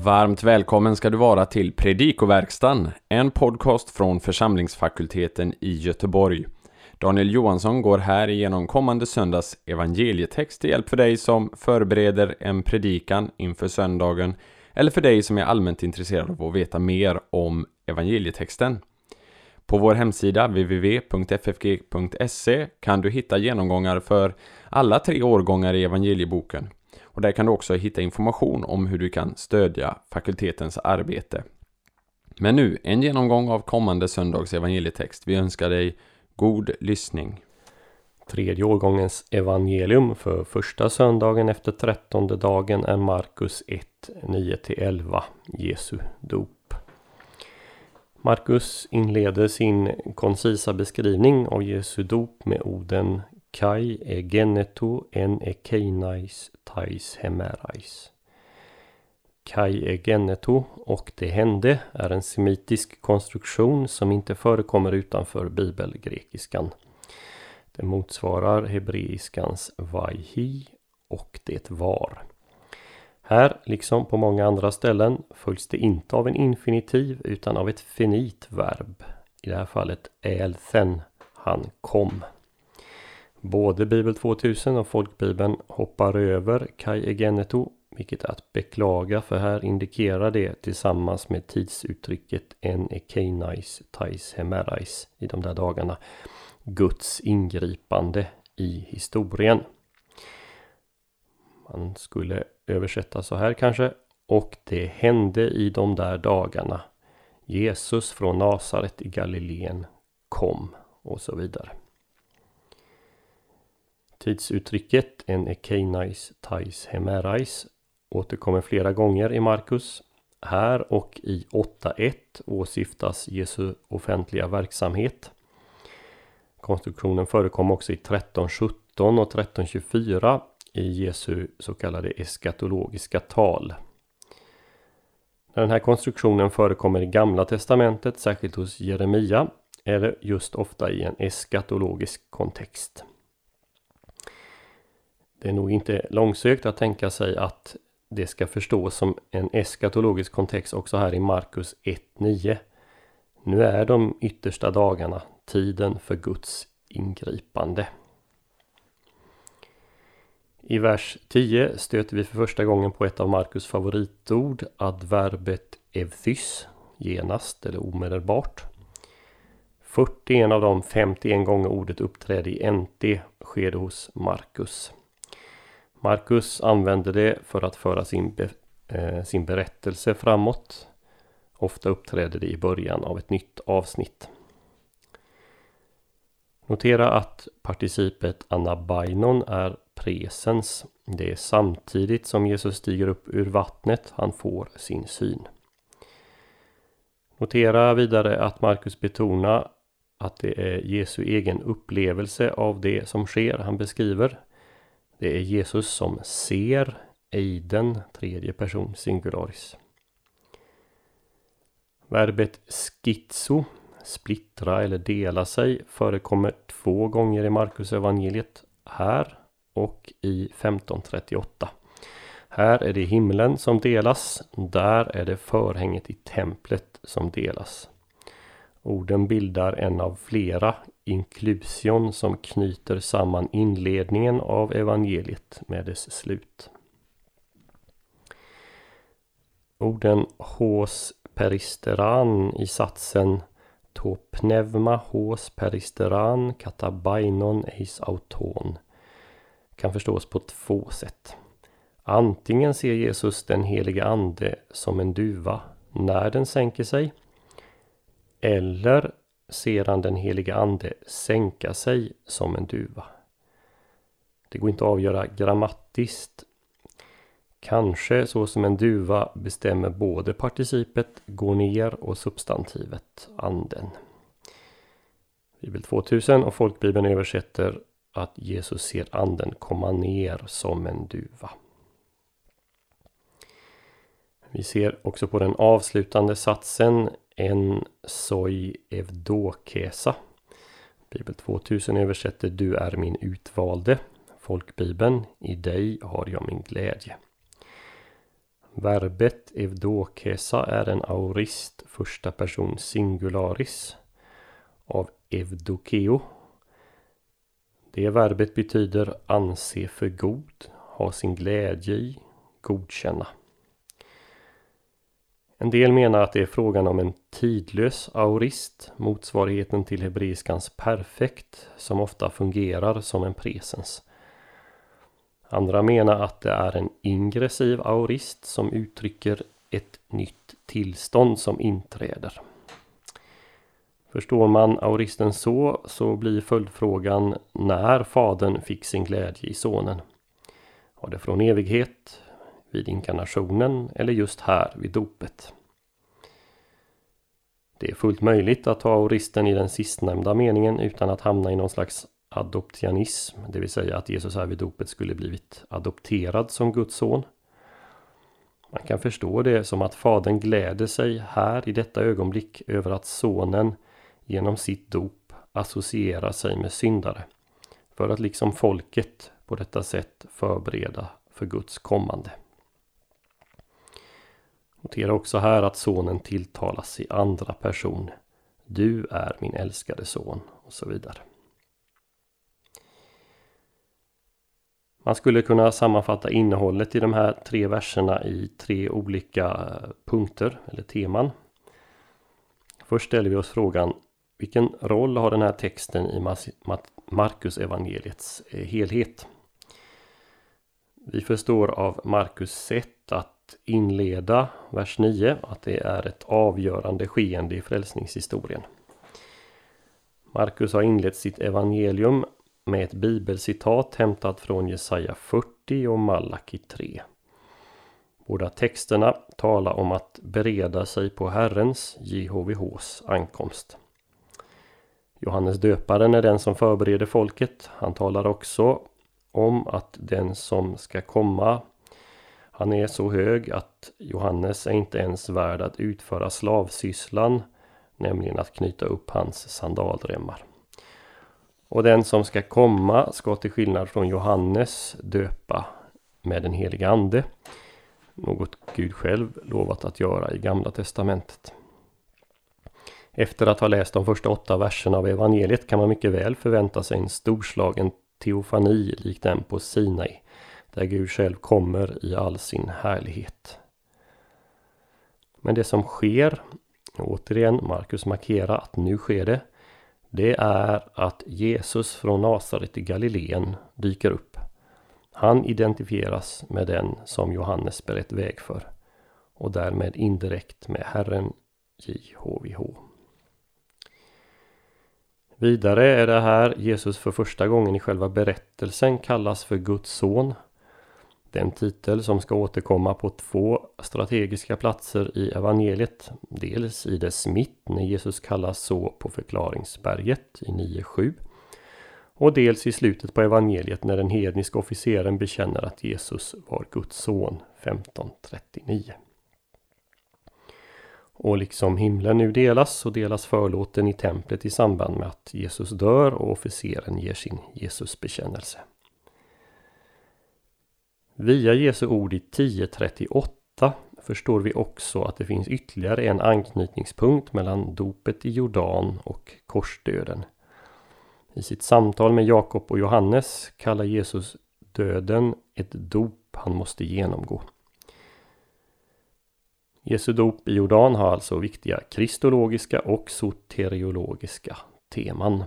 Varmt välkommen ska du vara till Predikoverkstan, en podcast från församlingsfakulteten i Göteborg. Daniel Johansson går här igenom kommande söndags evangelietext till hjälp för dig som förbereder en predikan inför söndagen eller för dig som är allmänt intresserad av att veta mer om evangelietexten. På vår hemsida www.ffg.se kan du hitta genomgångar för alla 3 årgångar i evangelieboken. Och där kan du också hitta information om hur du kan stödja fakultetens arbete. Men nu, en genomgång av kommande söndags evangelietext. Vi önskar dig god lyssning. 3:e årgångens evangelium för första söndagen efter 13:e dagen är Markus 1, 9-11, Jesu dop. Markus inleder sin koncisa beskrivning av Jesu dop med orden Kai egeneto en ekeinais tais hemerais. Kai egeneto och det hände är en semitisk konstruktion som inte förekommer utanför bibelgrekiskan. Det motsvarar hebreiskans vaihi och det var. Här, liksom på många andra ställen, följs det inte av en infinitiv utan av ett finit verb. I det här fallet elthen, han kom. Både Bibel 2000 och Folkbibeln hoppar över kai egeneto, vilket är att beklaga, för här indikerar det tillsammans med tidsuttrycket en ekeinais tais hemerais i de där dagarna Guds ingripande i historien. Man skulle översätta så här kanske: och det hände i de där dagarna. Jesus från Nasaret i Galileen kom, och så vidare. Tidsuttrycket en ekeinais tais hemerais återkommer flera gånger i Markus. Här och i 8.1 åsyftas Jesu offentliga verksamhet. Konstruktionen förekom också i 13.17 och 13.24 i Jesu så kallade eskatologiska tal. När den här konstruktionen förekommer i Gamla testamentet, särskilt hos Jeremia, är det just ofta i en eskatologisk kontext. Det är nog inte långsökt att tänka sig att det ska förstås som en eskatologisk kontext också här i Markus 1.9. Nu är de yttersta dagarna tiden för Guds ingripande. I vers 10 stöter vi för första gången på ett av Markus favoritord, adverbet evthys, genast eller omedelbart. 41 av de 51 gånger ordet uppträder i NT sker det hos Markus. Markus använder det för att föra sin berättelse framåt. Ofta uppträder det i början av ett nytt avsnitt. Notera att participet anabainon är presens. Det är samtidigt som Jesus stiger upp ur vattnet han får sin syn. Notera vidare att Markus betonar att det är Jesu egen upplevelse av det som sker han beskriver. Det är Jesus som ser, eiden, tredje person singularis. Verbet schizo, splittra eller dela sig, förekommer 2 gånger i Markus evangeliet, här och i 15:38. Här är det himlen som delas, där är det förhänget i templet som delas. Orden bildar en av flera inklusion som knyter samman inledningen av evangeliet med dess slut. Orden hos peristeran i satsen to pneuma hos peristeran katabainon eis auton kan förstås på 2 sätt. Antingen ser Jesus den helige ande som en duva när den sänker sig, eller ser han den helige ande sänka sig som en duva. Det går inte att avgöra grammatiskt. Kanske så som en duva bestämmer både participet går ner och substantivet anden. Bibel 2000 och Folkbibeln översätter att Jesus ser anden komma ner som en duva. Vi ser också på den avslutande satsen en soi evdokesa. Bibel 2000 översätter du är min utvalde. Folkbibeln, i dig har jag min glädje. Verbet evdokesa är en aorist första person singularis av evdokeo. Det verbet betyder anse för god, ha sin glädje i, godkänna. En del menar att det är frågan om en tidlös aorist, motsvarigheten till hebreiskans perfekt, som ofta fungerar som en presens. Andra menar att det är en ingressiv aorist som uttrycker ett nytt tillstånd som inträder. Förstår man aoristen så blir följdfrågan när fadern fick sin glädje i sonen. Var det från evighet, vid inkarnationen eller just här vid dopet? Det är fullt möjligt att ta aoristen i den sistnämnda meningen utan att hamna i någon slags adoptianism, det vill säga att Jesus här vid dopet skulle blivit adopterad som Guds son. Man kan förstå det som att fadern gläder sig här i detta ögonblick över att sonen genom sitt dop associerar sig med syndare, för att liksom folket på detta sätt förbereda för Guds kommande. Notera också här att sonen tilltalas i andra person. Du är min älskade son, och så vidare. Man skulle kunna sammanfatta innehållet i de här 3 verserna i 3 olika punkter eller teman. Först ställer vi oss frågan, vilken roll har den här texten i Markus evangeliets helhet? Vi förstår av Markus sätt att inleda vers 9 att det är ett avgörande skeende i frälsningshistorien. Markus har inlett sitt evangelium med ett bibelcitat hämtat från Jesaja 40 och Malaki 3. Båda texterna talar om att bereda sig på Herrens, JHVHs, ankomst. Johannes döparen är den som förbereder folket. Han talar också om att den som ska komma, han är så hög att Johannes är inte ens värd att utföra slavsysslan, nämligen att knyta upp hans sandalremmar. Och den som ska komma ska till skillnad från Johannes döpa med den heliga ande, något Gud själv lovat att göra i Gamla testamentet. Efter att ha läst de första 8 verserna av evangeliet kan man mycket väl förvänta sig en storslagen teofani lik den på Sinai, där Gud själv kommer i all sin härlighet. Men det som sker, återigen Markus markerar att nu sker det är att Jesus från Nasaret i Galileen dyker upp. Han identifieras med den som Johannes berett väg för och därmed indirekt med Herren JHVH. Vidare är det här Jesus för första gången i själva berättelsen kallas för Guds son. Den titel som ska återkomma på 2 strategiska platser i evangeliet. Dels i dess mitt när Jesus kallas så på förklaringsberget i 9:7. Och dels i slutet på evangeliet när den hedniska officeren bekänner att Jesus var Guds son 15:39. Och liksom himlen nu delas så delas förlåten i templet i samband med att Jesus dör och officeren ger sin Jesusbekännelse. Via Jesu ord i 10:38 förstår vi också att det finns ytterligare en anknytningspunkt mellan dopet i Jordan och korsdöden. I sitt samtal med Jakob och Johannes kallar Jesus döden ett dop han måste genomgå. Jesu dop i Jordan har alltså viktiga kristologiska och soteriologiska teman.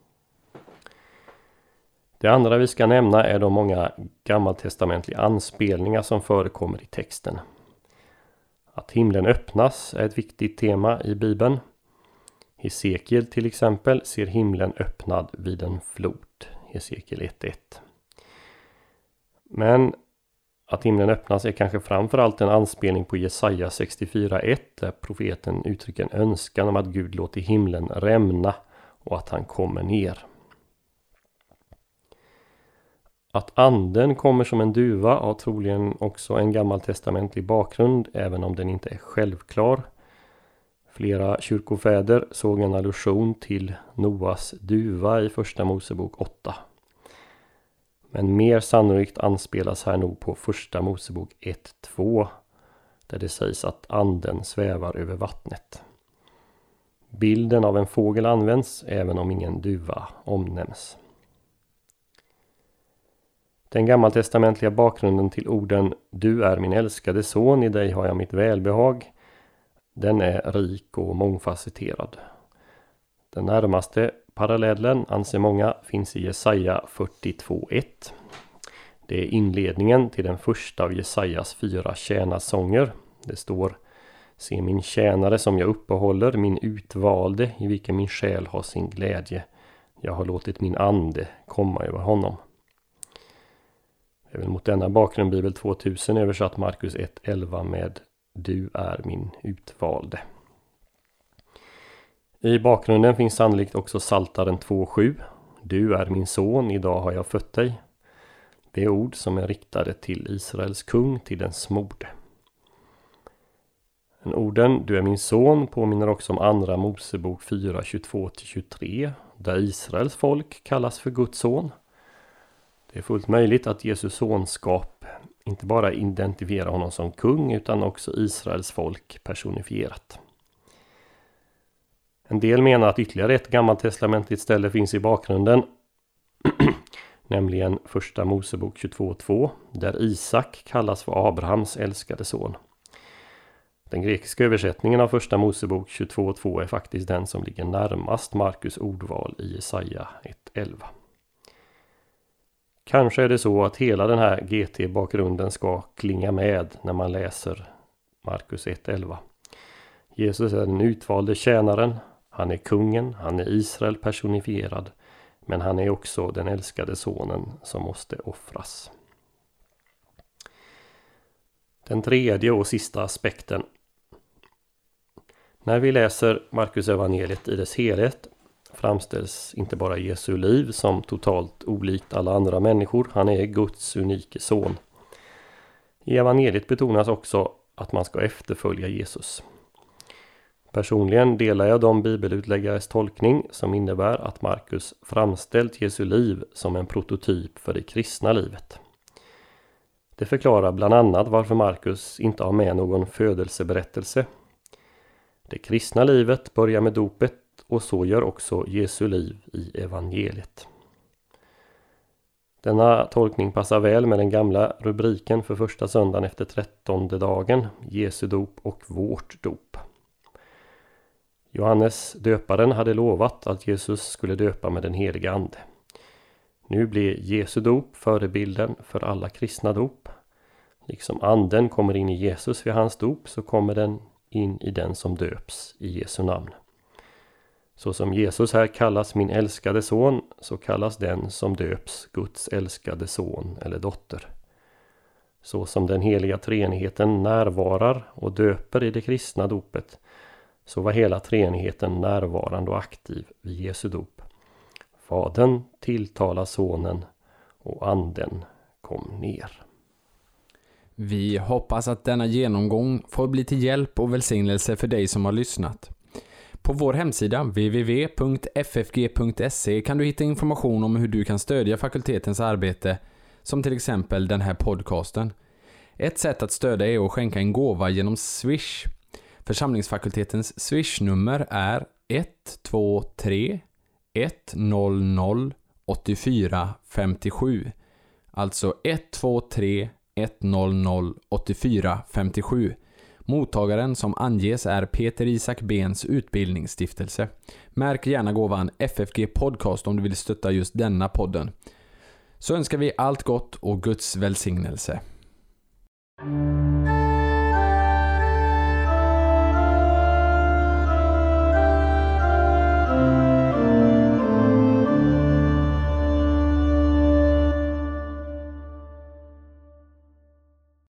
Det andra vi ska nämna är de många gammaltestamentliga anspelningar som förekommer i texten. Att himlen öppnas är ett viktigt tema i Bibeln. Hesekiel till exempel ser himlen öppnad vid en flod. Hesekiel 1:1. Men att himlen öppnas är kanske framförallt en anspelning på Jesaja 64:1 där profeten uttrycker en önskan om att Gud låter himlen rämna och att han kommer ner. Att anden kommer som en duva har troligen också en gammaltestamentlig bakgrund, även om den inte är självklar. Flera kyrkofäder såg en allusion till Noas duva i första Mosebok 8. Men mer sannolikt anspelas här nog på första Mosebok 1:2, där det sägs att anden svävar över vattnet. Bilden av en fågel används även om ingen duva omnämns. Den gammaltestamentliga bakgrunden till orden "Du är min älskade son, i dig har jag mitt välbehag", den är rik och mångfacetterad. Den närmaste parallellen, anser många, finns i Jesaja 42:1. Det är inledningen till den första av Jesajas 4 tjänarsånger. Det står: "Se min tjänare som jag uppehåller, min utvalde, i vilken min själ har sin glädje. Jag har låtit min ande komma över honom." Även mot denna bakgrund Bibel 2000 översatt Markus 1:11 med "Du är min utvalde". I bakgrunden finns sannolikt också Psaltaren 2:7. "Du är min son, idag har jag fött dig." Det är ord som är riktade till Israels kung, till den smorde. Orden "Du är min son" påminner också om andra Mosebok 4:22-23, där Israels folk kallas för Guds son. Det är fullt möjligt att Jesus sonskap inte bara identifierar honom som kung utan också Israels folk personifierat. En del menar att ytterligare ett gammaltestamentligt ställe finns i bakgrunden, nämligen första Mosebok 22:2, där Isak kallas för Abrahams älskade son. Den grekiska översättningen av första Mosebok 22:2 är faktiskt den som ligger närmast Markus ordval i Jesaja 1:11. Kanske är det så att hela den här GT-bakgrunden ska klinga med när man läser Markus 1:11. Jesus är den utvalde tjänaren, han är kungen, han är Israel personifierad, men han är också den älskade sonen som måste offras. Den tredje och sista aspekten. När vi läser Markus evangeliet i dess helhet framställs inte bara Jesu liv som totalt olikt alla andra människor, han är Guds unike son. I evangeliet betonas också att man ska efterfölja Jesus. Personligen delar jag de bibelutläggares tolkning som innebär att Markus framställt Jesu liv som en prototyp för det kristna livet. Det förklarar bland annat varför Markus inte har med någon födelseberättelse. Det kristna livet börjar med dopet och så gör också Jesu liv i evangeliet. Denna tolkning passar väl med den gamla rubriken för första söndagen efter 13:e dagen, Jesu dop och vårt dop. Johannes döparen hade lovat att Jesus skulle döpa med den heliga ande. Nu blir Jesu dop förebilden för alla kristna dop. Liksom anden kommer in i Jesus vid hans dop så kommer den in i den som döps i Jesu namn. Så som Jesus här kallas min älskade son, så kallas den som döps Guds älskade son eller dotter. Så som den heliga treenigheten närvarar och döper i det kristna dopet, så var hela treenigheten närvarande och aktiv vid Jesu dop. Fadern tilltalar sonen och anden kom ner. Vi hoppas att denna genomgång får bli till hjälp och välsignelse för dig som har lyssnat. På vår hemsida www.ffg.se kan du hitta information om hur du kan stödja fakultetens arbete, som till exempel den här podcasten. Ett sätt att stödja är att skänka en gåva genom Swish. Församlingsfakultetens Swish-nummer är 123 100 84 57. Alltså 123 100 84 57. Mottagaren som anges är Peter Isak Bens utbildningsstiftelse. Märk gärna gåvan FFG Podcast om du vill stötta just denna podden. Så önskar vi allt gott och Guds välsignelse.